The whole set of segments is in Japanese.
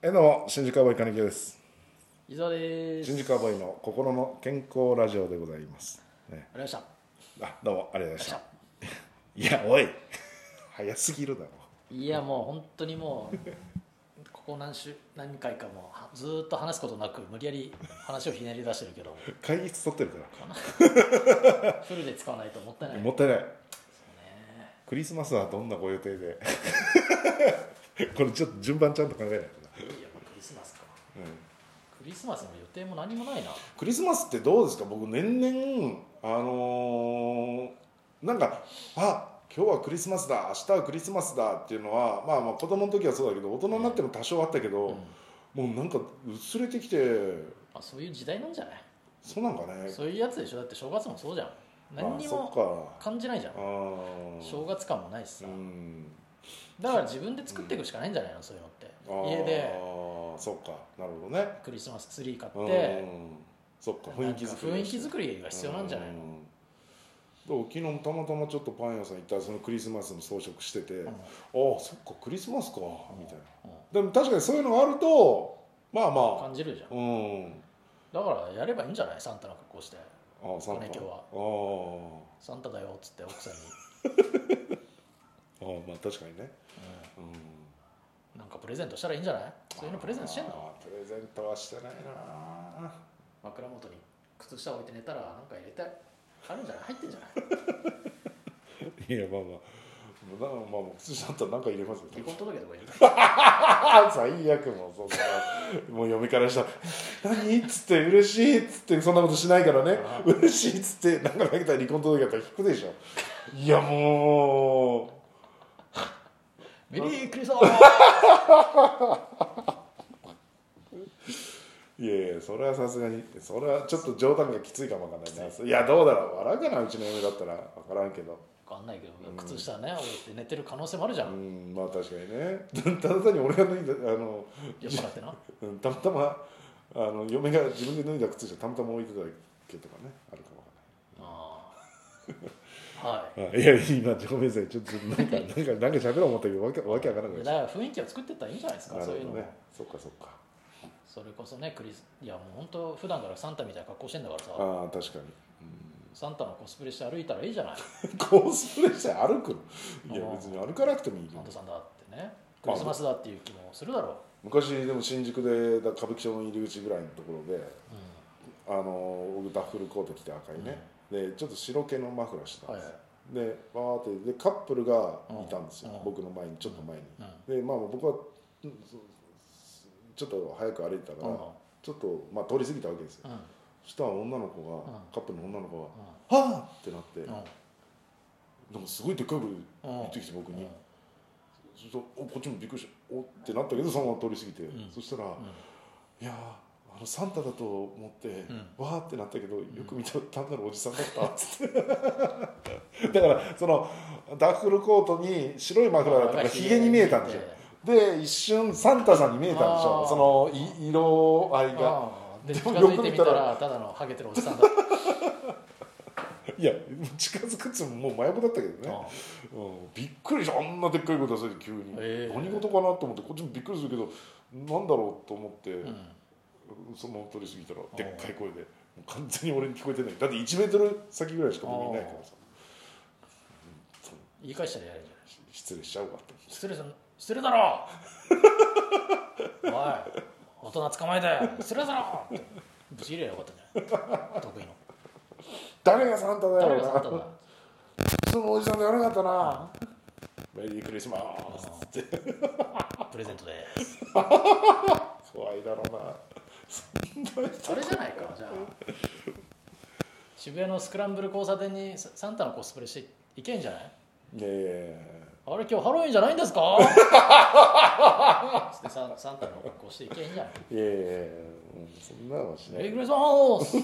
どうも新宿カウボーイ金城です。 伊沢です。 新宿カウボーイの心の健康ラジオでございます、ね、 ありがとうございまあ、どうもありがとうございましした。いやおい早すぎるだろ。 いやもう本当にもうここ何回かもうずーっと話すことなく無理やり話をひねり出してるけど会議室取ってるからフルで使わないともったいない。 もったいない。 ね、 クリスマスはどんなご予定でこれちょっと順番ちゃんと考えないとな。 いやクリスマスか、 うん、 クリスマスの予定も何もないな。 クリスマスってどうですか。僕年々なんか今日はクリスマスだ、明日はクリスマスだっていうのは、まあ子供の時はそうだけど大人になっても多少あったけど、もうなんか薄れてきて。 そういう時代なんじゃない。 そうなんかね。 そういうやつでしょ。だって正月もそうじゃん。何にそもっか感じないじゃん。正月感もないしさ、だから自分で作っていくしかないんじゃないの、そういうのって。家でそっか、なるほどね。 クリスマスツリー買って、 そっか、雰囲気作りが必要なんじゃないの。 昨日たまたまちょっとパン屋さん行ったらそのクリスマスの装飾してて、そっかクリスマスかみたいな、でも確かにそういうのがあるとまあまあ感じるじゃん、だからやればいいんじゃない。サンタの格好して、 サンタ、 今日はサンタだよっつって奥さんにまあ確かにね、 なんかプレゼントしたらいいんじゃない。そういうのプレゼントしてんの。 プレゼントはしてないな。 枕元に靴下置いて寝たらなんか入れてあるんじゃない。入ってんじゃないいやまあ靴下だったら何か入れますよ。 離婚届とか入れた最悪。もうそんなもう嫁からしたら何っつって嬉しいっつってそんなことしないからね。嬉しいっつってなんか投げたら離婚届だったら引くでしょ。いやもうメリークリスマスいやそれはさすがにそれはちょっと冗談がきついかもわかんないね。いやどうだろう、笑うかな、うちの嫁だったら分からんけど。 分かんないけど、靴下ね置いて寝てる可能性もあるじゃん。 まあ確かにね。ただ単に俺が脱いだ酔っ払ってなたまたま嫁が自分で脱いだ靴下たまたま置いてただけとかね、あるかもわかんない。はい、いや今ごめんなさい、ちょっとなんか喋ろう思ったけどわけわからなくなっちゃう。 だから雰囲気を作っていったらいいんじゃないですか、そういうのも。 そっかそっか。 それこそねいやもう本当普段からサンタみたいな格好してんだからさ。 確かに、 サンタのコスプレして歩いたらいいじゃないコスプレして歩くの。いや別に歩かなくてもいいけど、 サンタさんだってね、クリスマスだっていう気もするだろう。 昔でも新宿で歌舞伎町の入り口ぐらいのところで、僕ダッフルコート着て赤いね、でちょっと白系のマフラーしてたんです、でバーってでカップルがいたんですよ、僕の前にちょっと前に、で僕はちょっと早く歩いたから、ちょっと通り過ぎたわけですよ、そしたら女の子が、カップルの女の子が「はあ!」ってなって、なんかすごいでっかい声言ってきて僕に、そうするとこっちもびっくりしておってなったけどそのまま通り過ぎて、そしたら「いやサンタだと思って、わーってなったけどよく見たら単なるおじさんだった」っつってだからそのダッフルコートに白いマフラーだったからヒゲに見えたんですよ。で一瞬サンタさんに見えたんでしょ、その色合いが。 で近づいてみたらただのハゲてるおじさんだったいや近づくっつもう真横だったけどね、びっくりした。あんなでっかいことされて急に、何事かなと思ってこっちもびっくりするけどなんだろうと思って、そのまま通り過ぎたらでっかい声でもう完全に俺に聞こえてない。だって1メートル先ぐらいしか僕いないからさ、 言い返したらやれんじゃない。 失礼しちゃうわって。 失礼だろおい大人捕まえて失礼だろってぶち入れりゃよかったんじゃない得意の誰がサンタだよ、 誰がサンタだそのおじさんで悪かったな、メリークリスマスってプレゼントです怖いだろうなあれじゃないか。じゃあ渋谷のスクランブル交差点にサンタのコスプレしていけんじゃない。あれ今日ハロウィンじゃないんですかつってサンタの格好していけんじゃない。 そんなのはしない。 メリークリスマス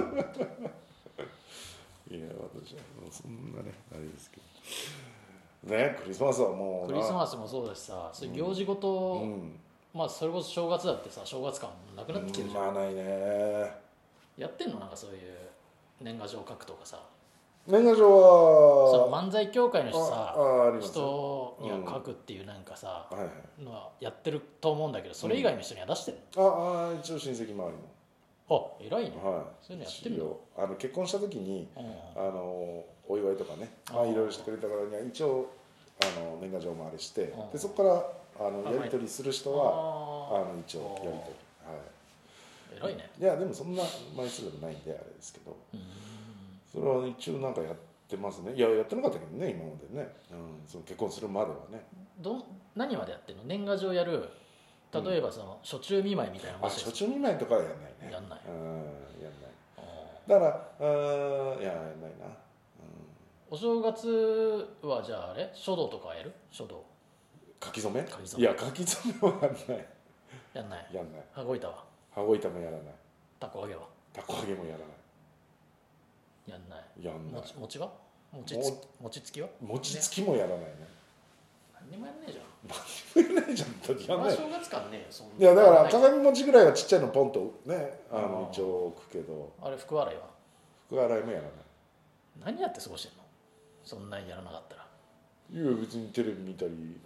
いや私はそんなねあれですけどね。クリスマスはもうクリスマスもそうだしさ、そういう行事ごと、まあそれこそ正月だってさ正月感なくなってきてるじゃん。 ないね。 やってんのなんかそういう年賀状書くとかさ。 年賀状はその漫才協会の人さ、 あります人には書くっていうなんかさ、 はいはい、 のはやってると思うんだけど、それ以外の人には出してる一応親戚周りも、 偉いね、 はい、 そういうのやってるよ。 結婚した時に、お祝いとかね、いろいろしてくれたからには一応年賀状もあれして、でそこからやり取りする人は一応やり取り、 偉いね。 いやでもそんな枚数でもないんであれですけど、それは一応なんかやってますね。いややってなかったけどね、今までね、その結婚するまではね。 何までやってんの？年賀状やる、例えばその初中見舞いみたいなのも初中見舞いとかはやんないね。 やんない。 やんない。だからいややんないな。 お正月はじゃあ書道とかやる？書道。 書き初め？いや書き初めはやんない。 やんない。 やんない。 羽子板は？ 羽子板もやらない。 たこ揚げは？たこ揚げもやらない。 やんない。 やんない。 餅は？餅つきは？ 餅つきもやらないね。 何もやんねえじゃん。 何もやんないじゃん。 やんない。正月感ねえよ。 いやだから鏡餅ぐらいはちっちゃいのポンとね一応置くけど。 あれ福洗いは？ 福洗いもやらない。 何やって過ごしてんの？そんなにやらなかったら。 いや別にテレビ見たり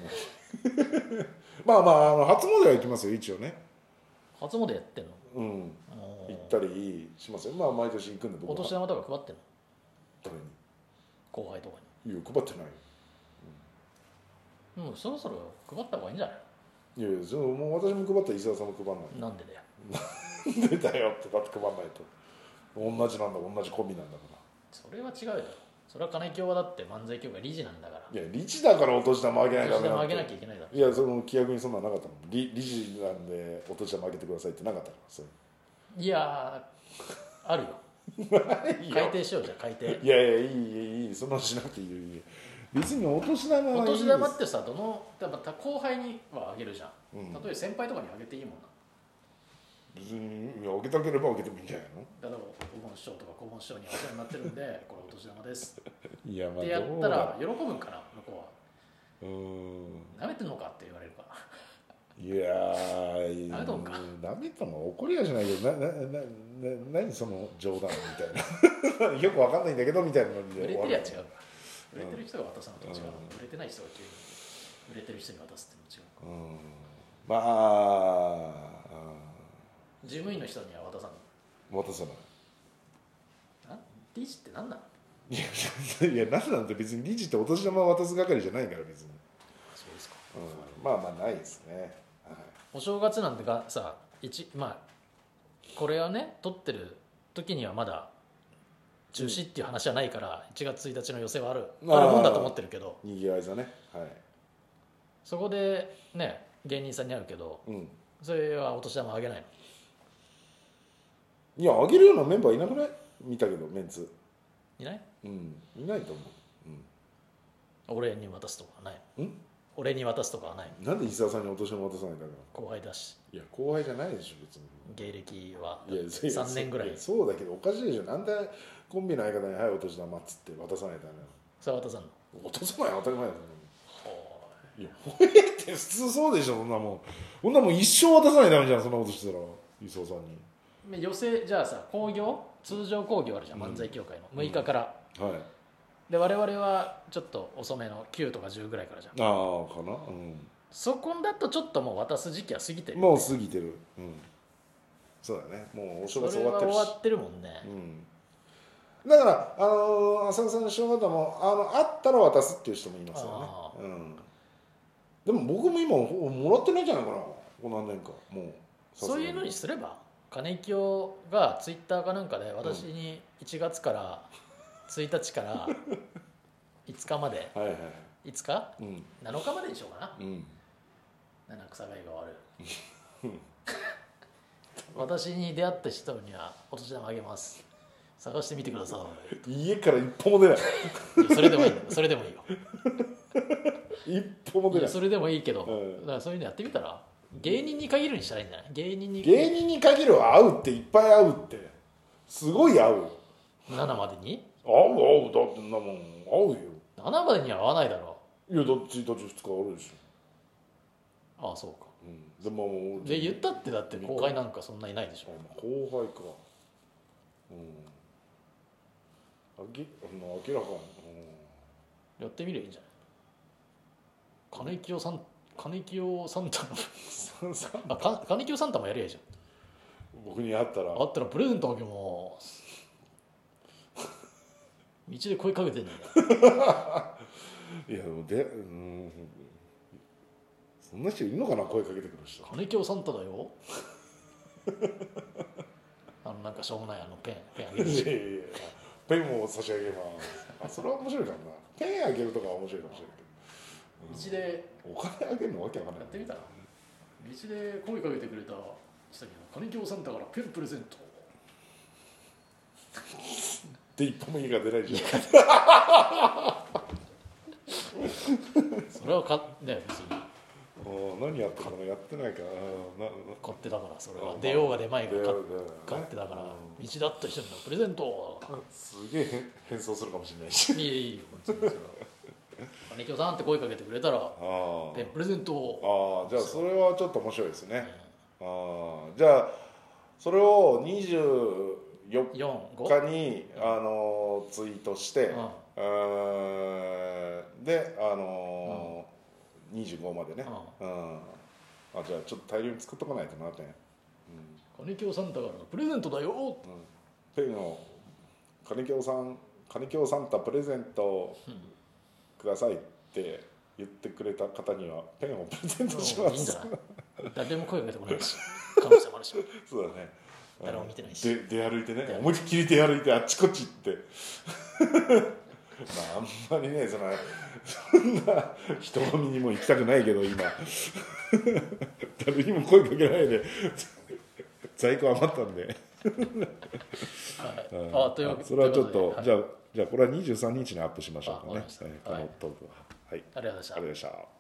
まあ初詣は行きますよ一応ね。 初詣やってんの？ 行ったりしますよ。毎年行くんで僕は。 お年玉とか配ってんの？ 誰に？ 後輩とかに。いや配ってないよ。 もうそろそろ配った方がいいんじゃない？ いやもう私も配ったら伊沢さんも配んない。 なんでだよ。 なんでだよってだって配んないと同じなんだ、同じコンビなんだから。 それは違うよ。それは金井京はだって漫才協会理事なんだから。 いや理事だからお年玉あげないとダメなんて。 お年玉あげなきゃいけないだろ。 いやその規約にそんなのなかったの。理事なんでお年玉あげてくださいってなかったからそれ。 いやあるよ。改定しようじゃ改定。 いやいいそんなのしなくていい。別にお年玉はいいです。 お年玉ってさ後輩にはあげるじゃん。例えば先輩とかにあげていいもんな。 別にあげたければあげてもいいんじゃないの？ 例えば顧問師匠とか顧問師匠にお世話になってるんでこれお年玉ですいやってやったら喜ぶんかな向こうは。なめてんのかって言われるか。 いやなめとんか。 なめたの怒りやじゃないけど何その冗談みたいなよくわかんないんだけどみたいなので。 売れてるや違うか。売れてる人が渡すのと違う。売れてない人が急に売れてる人に渡すっての違うか。事務員の人には渡さない。 渡さない。 理事って何なの？ いや何なんて別に理事ってお年玉渡す係じゃないから別に。 そうですか。 ないですね。 お正月なんてがさこれはね撮ってる時にはまだ中止っていう話はないから1月1日の寄せはあるもんだと思ってるけど、 にぎわい座ね、 そこでね芸人さんに会うけど、それはお年玉あげないの？ いやあげるようなメンバーいなくない？見たけどメンツいない？ いないと思う。俺に渡すとかはない？俺に渡すとかはない？ なんで伊沢さんにお年玉渡さないんだから。 後輩だし。 いや後輩じゃないでしょ別に。 芸歴は3年ぐらい。 そうだけどおかしいでしょ。なんでコンビの相方に「はいお年玉」っつって渡さないとダメなの？ それは渡さんの？ 渡さない当たり前だよ。いやほえって普通そうでしょ。そんなもん一生渡さないとダメじゃん。そんなことしてたら伊沢さんに。 寄せじゃあさ通常興行あるじゃん、漫才協会の6日から、で我々はちょっと遅めの9とか10ぐらいからじゃん。 かな。 そこだとちょっともう渡す時期は過ぎてる、 もう過ぎてる。そうだね。もうお正月終わってるし。 それは終わってるもんね。 だから浅草の正月もあったら渡すっていう人もいますよね。でも僕も今もらってないんじゃないかな、この何年か。もうそういうのにすれば、金井京がツイッターかなんかで私に1月から1日から5日まで5日、7日までにしようかな、七草がゆが終わる私に出会った人にはお年玉あげます、探してみてください。 家から一歩も出ないそれでもいいそれでもいいよ一歩も出ない。 それでもいいけど、だからそういうのやってみたら、芸人に限るにしたらいいんじゃない？芸人に限るは会うっていっぱい会うってすごい会う。 7までに会うだってんなもん会うよ。 7までには会わないだろう。いやだって1日2日あるでしょ。ああそうか。 でも言ったってだって後輩なんかそんないないでしょ。 後輩か。 明らかに、 やってみればいいんじゃない。金清サンタの金清サンタもやりゃいいじゃん。 僕に会ったらプレゼントあげます道で声かけてんねんいやでもそんな人いるのかな、声かけてくる人。 金清サンタだよなんかしょうもないペンあげるしペンを差し上げます。それは面白いかもな。ペンあげるとかは面白いかもしれないけど、 道でお金あげるのわけわかんない。 やってみたら、道で声かけてくれた人に金清サンタからペンプレゼントで一歩も家が出ないじゃんそれはね、別に何やってるかな、やってないか勝手だから、それは出ようが出まいが勝手だから、道だった人にのプレゼントすげえ変装するかもしれないしいい金清さんって声かけてくれたらペンプレゼントを。 じゃあそれはちょっと面白いですね。じゃあそれを24日にツイートして、で25までね、じゃあちょっと大量に作っとかないとなってね。 金清サンタからのプレゼントだよ、 ペンを金清サンタプレゼントくださいって言ってくれた方にはペンをプレゼントします。いいんじゃない。 誰も声かけてこないし、可能性もあるし。 そうだね。 誰も見てないし。 出歩いてね、思いっきり出歩いてあっちこっち行って。あんまりね、そんな人混みにも行きたくないけど今誰にも声かけないで在庫余ったんでそれはちょっと、じゃあこれは23日にアップしましょうかね、このトークは。はい、 ありがとうございました。